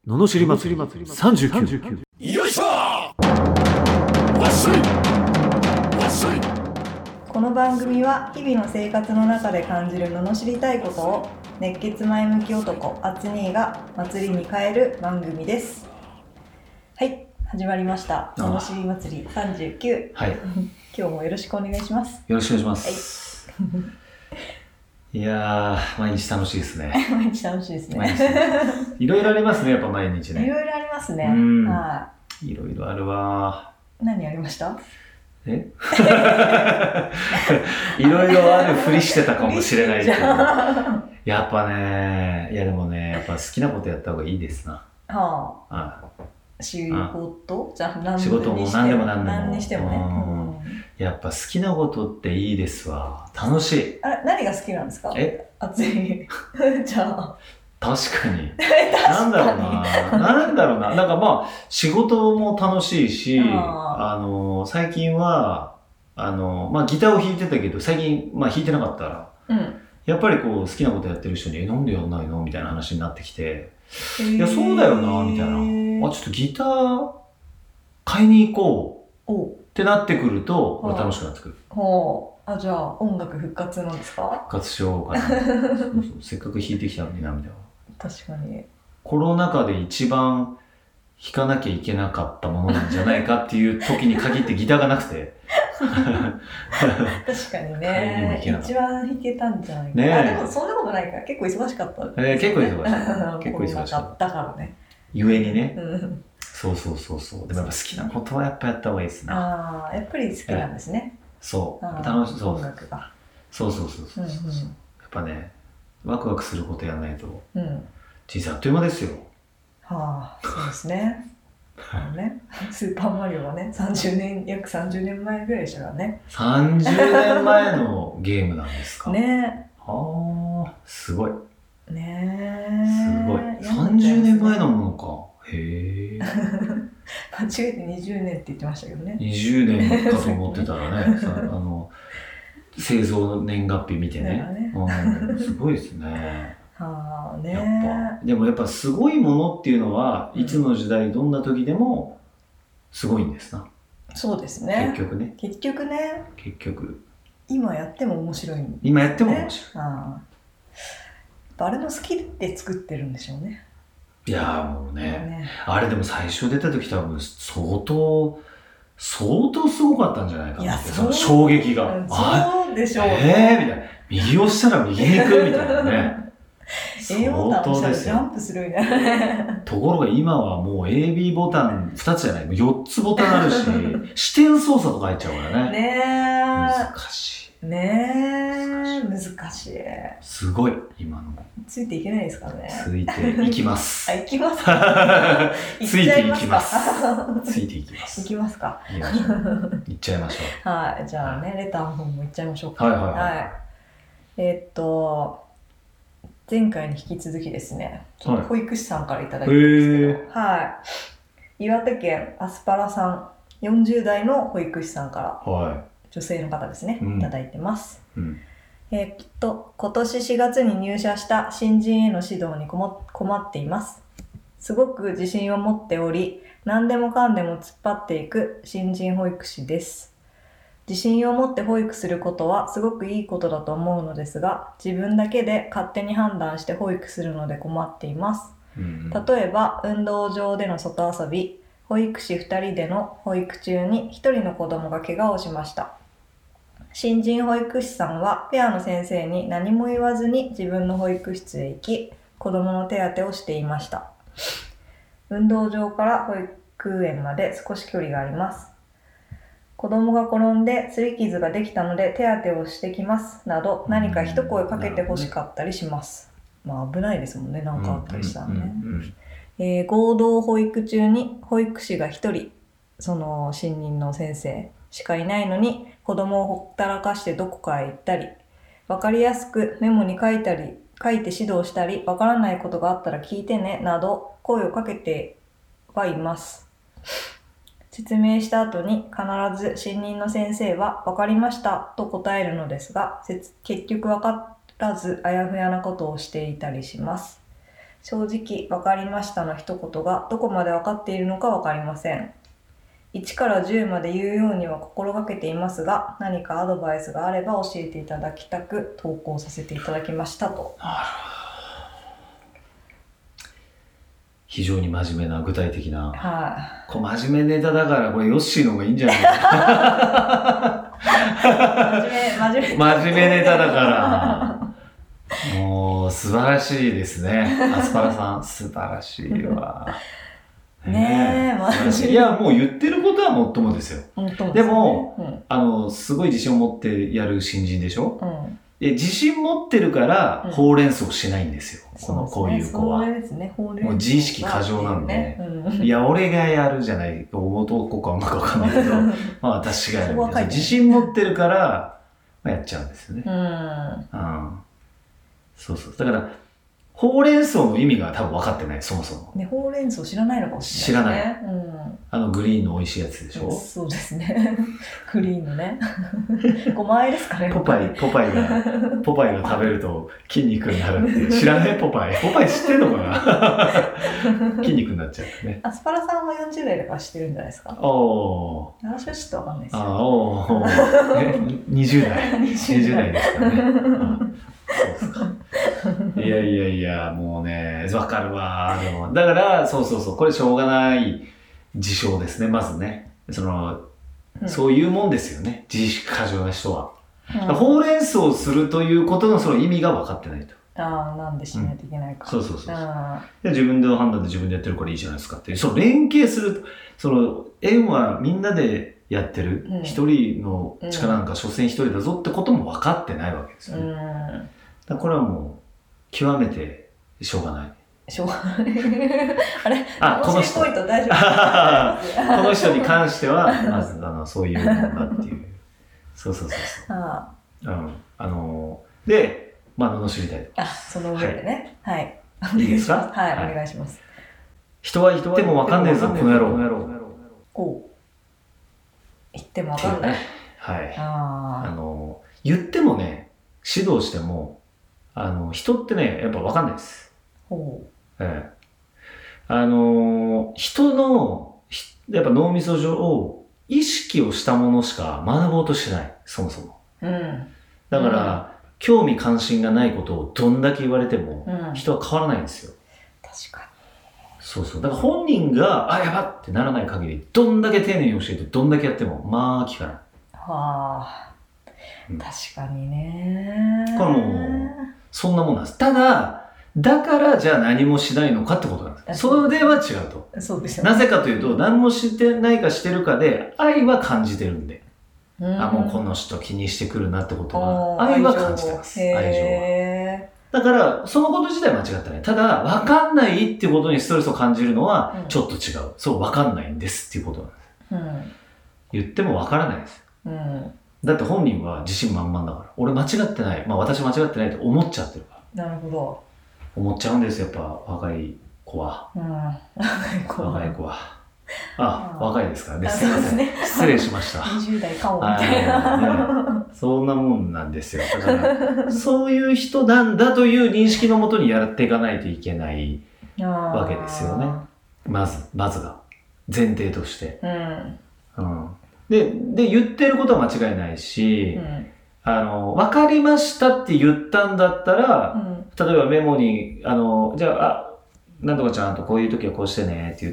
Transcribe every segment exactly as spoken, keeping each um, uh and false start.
ののしり祭りさんじゅうきゅう。 よいしょわっしょいわっしょい。 この番組は日々の生活の中で感じる罵りたいことを熱血前向き男アツニーが祭りに変える番組です。はい、始まりました罵り祭りさんじゅうきゅう。 はい今日もよろしくお願いします。 よろしくお願いします、はい、いやー毎日楽しいですね毎日楽しいですね。 いろいろありますね、やっぱ毎日ね。 いろいろありますね。 はい、いろいろあるわ。 何ありました？ えいろいろあるふりしてたかもしれないけどやっぱね、いやでもね、やっぱ好きなことやった方がいいですな。 はあ、 ああ仕事じゃあ何仕事も何でも何でも何にしてもね、 うん、やっぱ好きなことっていいですわ。楽しい。 あれ、何が好きなんですか？ え暑いじゃあ確かになんだろうななんだろうななんかまあ仕事も楽しいし、あの最近はあのまあギターを弾いてたけど最近まあ弾いてなかったら、うん、やっぱりこう好きなことやってる人にえなんでやんないのみたいな話になってきて、いやそうだよなみたいな、あちょっとギター買いに行こうってなってくるとこれ楽しくなってくる。 ほう、あじゃあ音楽復活なんですか？ 復活しようかなそうそうせっかく弾いてきたのになみたいな。 確かにコロナ禍で一番弾かなきゃいけなかったものなんじゃないかっていう時に限ってギターがなくて確かにね一番弾けたんじゃないかな、ね、あでもそんなことないから結構忙しかった、ねえー、結構忙しかった結構忙しかっただからねゆえにね、うん、そうそうそうそう。でもやっぱ好きなことはやっぱやった方がいいですね。ああやっぱり好きなんですね。 そう楽しそう音楽がそうそうそうそうそう、うんうん、やっぱねワクワクすることやらないと、うん、人生あっという間ですよ。 はあ、そうですね。あのね、スーパーマリオはね、さんじゅうねん、約さんじゅうねんまえぐらいでしたからね。 さんじゅうねんまえのゲームなんですか？ ね。 はあ、すごい。 ねすごい。さんじゅうねんまえのものか。へえ。 間違えてにじゅうねんって言ってましたけどね。 にじゅうねんかと思ってたらね、さあの製造の年月日見てね。ねうん、すごいですね。 はあね、 やっぱでもやっぱすごいものっていうのは、いつの時代どんな時でもすごいんですな。 そうですね。 結局ね。 結局ね。 結局。 今やっても面白いんですね。 今やっても面白い。 ああ、あれのスキルって作ってるんでしょうね。 いやーもうね、ねあれでも最初出た時多分相当相当すごかったんじゃないかなって、その衝撃が。 うん、そうでしょうね。 えーみたいな。右押したら右に行くみたいなね。 A ボタン押したらジャンプするみたいな。 ところが今はもう エービー ボタンふたつじゃない、よっつボタンあるし、視点操作とか入っちゃうからね。 ねえ。難しい。 ねえ。難しい。 すごい、今の。 ついていけないですからね。 ついていきます。 あ、いきますかついていきます。ついていきます。 いきますか。 いっちゃいましょう。 はい、じゃあね、レターの方もいっちゃいましょうか。 はいはいはい。はい、 えー、っと、前回に引き続きですね、保育士さんからいただいてるんですけど、はい、岩手県アスパラさん、よんじゅう代の保育士さんから、はい、女性の方ですね、うん、いただいてます。うんえー、っと今年しがつに入社した新人への指導に困っています。すごく自信を持っており、何でもかんでも突っ張っていく新人保育士です。自信を持って保育することはすごくいいことだと思うのですが、自分だけで勝手に判断して保育するので困っています。うん、例えば運動場での外遊び、保育士ふたりでの保育中にひとりの子供が怪我をしました。新人保育士さんはペアの先生に何も言わずに自分の保育室へ行き、子供の手当てをしていました。運動場から保育園まで少し距離があります。子供が転んで擦り傷ができたので手当てをしてきますなど、何か一声かけてほしかったりします。まあ危ないですもんね、何かあったりしたらね。えー、合同保育中に保育士が一人、その新任の先生しかいないのに、子供をほったらかしてどこかへ行ったり、わかりやすくメモに書いたり、書いて指導したり、わからないことがあったら聞いてねなど声をかけてはいます。説明した後に必ず新任の先生は分かりましたと答えるのですが、結局分からずあやふやなことをしていたりします。 正直分かりましたの一言がどこまで分かっているのか分かりません。いちからじゅうまで言うようには心がけていますが、何かアドバイスがあれば教えていただきたく投稿させていただきましたと。 非常に真面目な具体的な、 はい、 こう真面目ネタだからこれヨッシーの方がいいんじゃないか真面目真面目真面目ネタだからもう素晴らしいですね。アスパラさん素晴らしいわねえ、 素晴らしい。いやもう言ってることはもっともですよ。 本当でも、 うん、 あのすごい自信を持ってやる新人でしょ、うんで自信持ってるからほうれん草しないんですよ、うん、このこういう子は。 そうですね、ほうれん草もう自意識過剰なんで、ねうん、いや俺がやるじゃない男か女か分かんないけどまあ私がやるみたいな自信持ってるから、まあ、やっちゃうんですよね、うんうん、そうそうだからほうれん草の意味が多分分かってないそもそも、 ね、ほうれん草知らないのかもしれないですね。知らない、うん、 あのグリーンの美味しいやつでしょ、うん、 そうですねグリーンのねごまん円ですかね。 ポパイポパイがポパイが食べると筋肉になるって知らないポパイポパイ知ってんのかな筋肉になっちゃうね。 アスパラさんはよんじゅう代だから知ってるんじゃないですか。 おー私はちょっとわかんないですよ。 あおーえにじゅう代にじゅう代ですからねそうですかいやいやいやもうねわかるわ。でもだからそうそうそうこれしょうがない事象ですね。まずねその、うん、そういうもんですよね自意識過剰な人は、うん、ほうれん草をするということのその意味が分かってないと。 ああなんでしないといけないか、 うん、そうそうそうで自分で判断で自分でやってるからいいじゃないですかってその連携するその縁はみんなでやってる一、うん、人の力なんか所詮一人だぞってことも分かってないわけですよね、うん、だからこれはもう極めてしょうがない。 しょうがないあれあこの人ポイント大丈夫この人に関してはまずあのそういうもんだっていうそうそうそうそうああ、うん、あのでまあ罵りたいとあその上でねはい、 はい、いいですかはい、はい、お願いします。 人は言っても分かんねえぞこの野郎お言っても分かんない、 ね、はいああの言ってもね指導してもあの人ってねやっぱ分かんないです。 ほうええ、あの人のやっぱ脳みそ上を意識をしたものしか学ぼうとしないそもそも、うん、だから、うん、興味関心がないことをどんだけ言われても、うん、人は変わらないんですよ。 確かにそうそうだから本人があやばってならない限りどんだけ丁寧に教えてどんだけやってもまあ聞かない。はあ、うん、確かにねこれもうそんなもんなんです。ただだからじゃあ何もしないのかってことなんです。それは違うと。 そうですよね。 なぜかというと何もしてないかしてるかで愛は感じてるんで、うん、あもうこの人気にしてくるなってことは愛は感じてます。愛情は。だからそのこと自体は間違ってない。ただ分かんないっていうことにストレスを感じるのはちょっと違う。うん、そう分かんないんですっていうことなんです。うん、言っても分からないです。うん、だって本人は自信満々だから俺間違ってない、まあ私間違ってないと思っちゃってるから。 なるほど。 思っちゃうんですやっぱ若い子は、うん、若い子はあ若いですからねすいません、ね、失礼しましたにじゅう代かもみたいな、 ね、そんなもんなんですよ。だからそういう人なんだという認識のもとにやっていかないといけないわけですよね。まずまずが前提として、うんうん、で, で言ってることは間違いないし、うんあの、分かりましたって言ったんだったら、うん、例えばメモに、あの、じゃあ、あ、なんとかちゃんとこういう時はこうしてねって言って、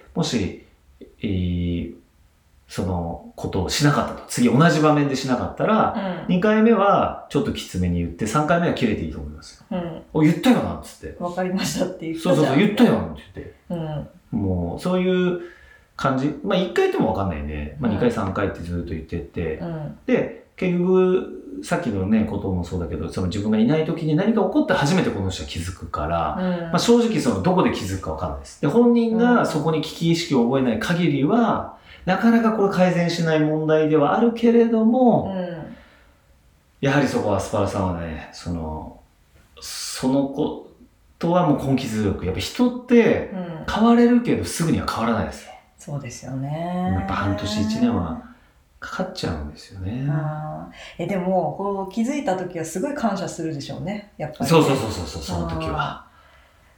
もし、えー、そのことをしなかったと。次同じ場面でしなかったら、うん、にかいめはちょっときつめに言って、さんかいめは切れていいと思いますよ。うん、お、言ったよなっつって。 分かりましたって言ったそうそうそう、言ったよって言って。うん、もう、そういう感じ。まあ、いっかい言っても分かんないんで、まあ、にかいさんかいってずっと言ってって、うん、で、結局、さっきのね、こともそうだけど、その自分がいない時に何か起こって初めてこの人は気づくから、うんまあ、正直そのどこで気づくか分かんないです。で、本人がそこに危機意識を覚えない限りは、なかなかこれ改善しない問題ではあるけれども、うん、やはりそこはアスパラさんはね、その、そのことはもう根気強く、やっぱ人って変われるけどすぐには変わらないですよ。 そうですよね。 やっぱ半年いちねんはかかっちゃうんですよね。 あえでもこう気づいた時はすごい感謝するでしょうね。やっぱり、ね。 そうそうそうそうその時は。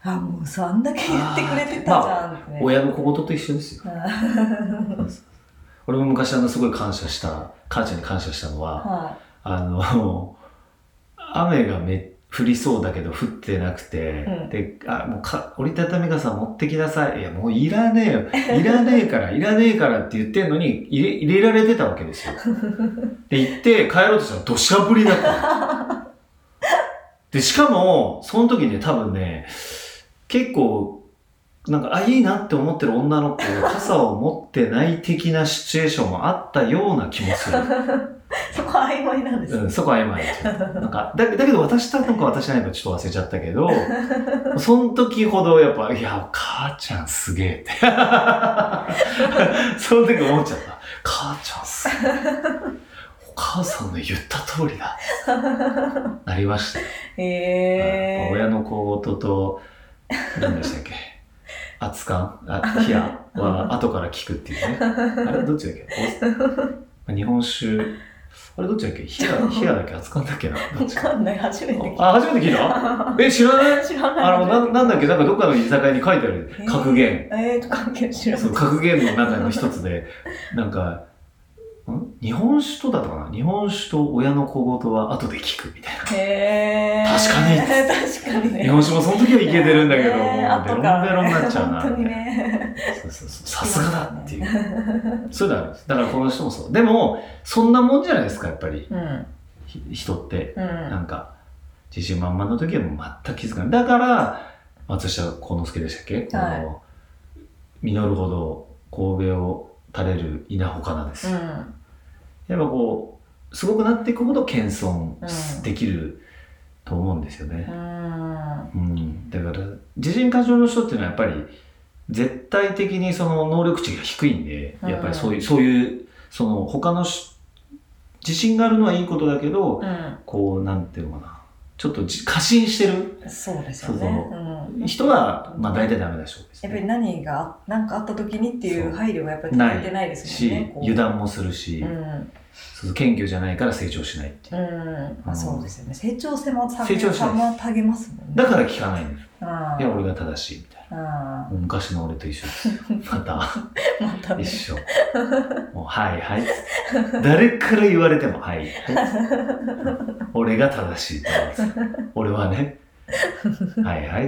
あ、もうそう、あんだけ言ってくれてたじゃんってね。 親の小言と一緒ですよ。俺も昔あのすごい感謝した、母ちゃんに感謝したのは、 はい、 あの、雨がめ降りそうだけど降ってなくて、うん、で、あ、もうか折りたたみ傘持ってきなさい。いや、もういらねえよ。いらねえから、いらねえからって言ってんのに入れ、入れられてたわけですよ。で、行って帰ろうとしたら土砂降りだった。で、しかも、その時ね、多分ね、結構、なんか、あ、いいなって思ってる女の子が傘を持ってない的なシチュエーションもあったような気もする。 そこは曖昧なんですね。 うん、そこは曖昧。なんか、だ、だけど渡したのか渡してないのかちょっと忘れちゃったけど、その時ほどやっぱ、いや、母ちゃんすげえって。その時思っちゃった。母ちゃんすげえ。お母さんの言った通りだ。なりました。 へ、えー。 親の小言と、何でしたっけ。熱燗あ、冷やは後から聞くっていうね。あれどっちだっけ。日本酒、あれどっちだっけ。冷や、冷やだっけ熱燗だっけな。 わかんない。初めて聞いた。 あ、初めて聞いたえ、知らない知らない。 あの、な、なんだっけなんかどっかの居酒屋に書いてある。格言。 えーと、格言知らない。 そう、格言の中の一つで、なんか、ん日本酒とだったかな日本酒と親の小言は後で聞くみたいな。 へー。 確かに。 確かにね。 日本酒もその時はいけてるんだけど、もうベロンベロンになっちゃうな。 本当にね。 そうそうそう。さすがだっていう。そういうのあるんです。だからこの人もそう。でも、そんなもんじゃないですか、やっぱり。うん、人って、うん。なんか、自信満々の時はもう全く気づかない。だから、松下幸之助でしたっけ、この、はい、実るほど神戸を垂れる稲穂かなです。うん、やっぱこう、すごくなっていくほど謙遜できると思うんですよね。うん。うん、だから、自信過剰の人っていうのはやっぱり、絶対的にその能力値が低いんで、やっぱりそういう、そういう、その他の自信があるのはいいことだけど、うん、こう、なんていうのかな。ちょっと過信してる。 そうですよね。 うん、人は、まあ大体ダメでしょう、ね。 やっぱり何が、何かあった時にっていう配慮がやっぱり足りてないですよね。 し、油断もするし、うん、そう謙虚じゃないから成長しないっていう。 うんうん、そうですよね。成長性も成長しない。妨げますもんね。 だから聞かないんです。いや、俺が正しいみたいな。昔の俺と一緒です。また、またね、一緒。もう、はいはい。誰から言われても、はい、はい。俺が正しいと思います。俺はね、はいはいって。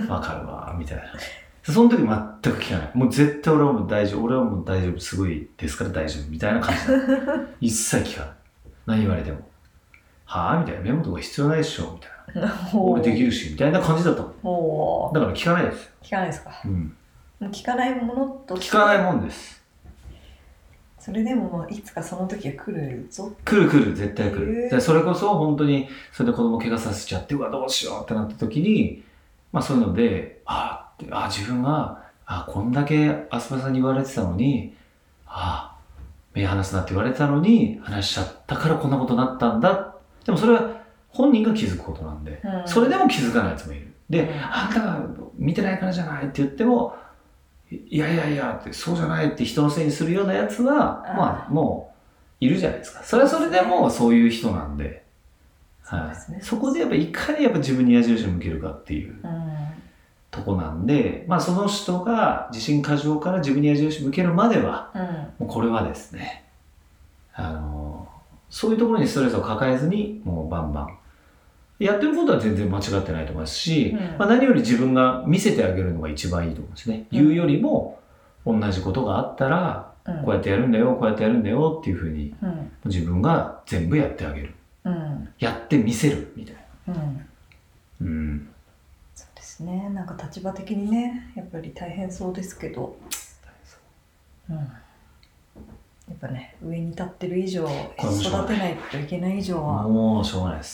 わかるわ、みたいな。その時全く聞かない。もう絶対俺はもう大丈夫。俺はもう大丈夫。すごいですから大丈夫。みたいな感じだ。一切聞かない。何言われても。はぁみたいな。メモとか必要ないっしょみたいな。俺できるし、みたいな感じだったもん。だから聞かないですよ。 聞かないですか。うん。聞かないものと聞かないもんです。 それでもいつかその時は来るぞ。 来る来る、絶対来る。でそれこそ本当に、それで子供怪我させちゃって、うわ、どうしようってなった時に、まあそういうので、ああ、自分は、あこんだけアスパラさんに言われてたのに、ああ、目離すなって言われてたのに、話しちゃったからこんなことになったんだ。でもそれは本人が気づくことなんで、うん、それでも気づかないやつもいる。で、うん、あんたが見てないからじゃないって言っても、いやいやいやって、そうじゃないって人のせいにするようなやつは、うん、まあもういるじゃないですか。それはそれでもそういう人なんで、はい、そ, ね、そこでやっぱいかにやっぱ自分に矢印を向けるかっていう。うんとこなんで、まあその人が自信過剰から自分に矢印向けるまでは、うん、もうこれはですね、あのそういうところにストレスを抱えずにもうバンバンやってることは全然間違ってないと思いますし、うんまあ、何より自分が見せてあげるのが一番いいと思うんですね、うん、言うよりも同じことがあったら、うん、こうやってやるんだよこうやってやるんだよっていうふうに、うん、自分が全部やってあげる、うん、やってみせるみたいな、うんうんですね、なんか立場的にねやっぱり大変そうですけど、うん、やっぱね上に立ってる以上育てないといけない以上はもうしょうがないです。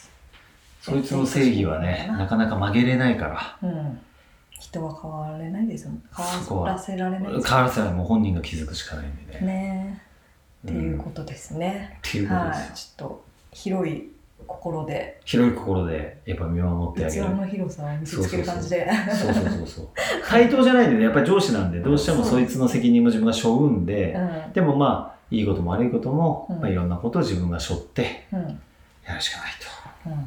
そいつの正義はねなかなか曲げれないから、うん、 人は変われないですもん。変わらせられないです。 変わらせないもう本人が気づくしかないんでね。 ねっていうことですね。 っていうことです。はい、 ちょっと広い心で広い心でやっぱ見守ってあげる。 器の広さを見せつける感じで。 そうそうそうそう。対等じゃないんでね、やっぱり上司なんでどうしてもそいつの責任も自分が背負うんで、うん、でもまあいいことも悪いことも、うんまあ、いろんなことを自分が背負ってやるしかないと。うん、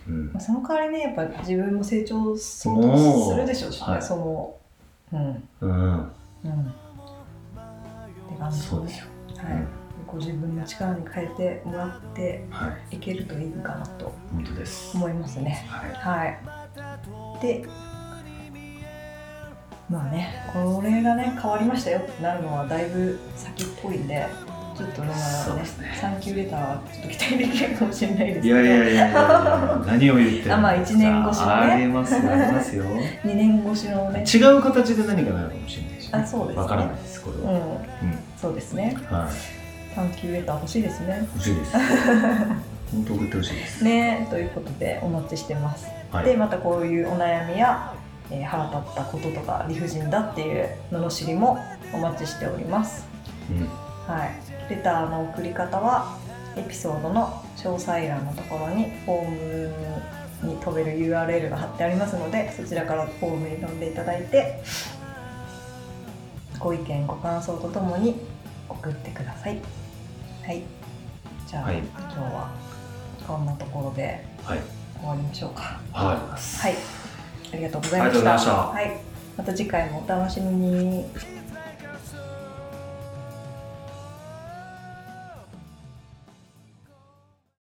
うんまあその代わりね、やっぱ自分も成長相当するでしょうしね、 はいその、うん、 うんうん。って感じで、 そうですよ、 はい。ご自分の力に変えてもらってはいいけるといいかなと本当です思いますね。 はいはい。で、まあね、これがね、変わりましたよってなるのはだいぶ先っぽいんで、ちょっとまあね、 そうですねサンキューレターはちょっと期待できないかもしれないですけど、 いやいやいやいやいや何を言ってるのあまあ一年越しのねありますありますよにねん越しのね、 違う形で何かなるかもしれないし、ね、 あそうですねわからないですこれは、 うん、 うんそうですね。 はいサンキューレター欲しいですね。 欲しいです本当送ってほしいですね、ということでお待ちしてます。 はいで、またこういうお悩みや、えー腹立ったこととか理不尽だっていう罵りもお待ちしております。 うんはい、レターの送り方はエピソードの詳細欄のところにフォームに飛べる ユーアールエル が貼ってありますので、そちらからフォームに飛んでいただいてご意見ご感想とともに送ってください。はい、じゃあ、 はい今日はこんなところではい終わりましょうか。 はいはい、ありがとうございました。 ありがとうございましたはい、また次回もお楽しみに。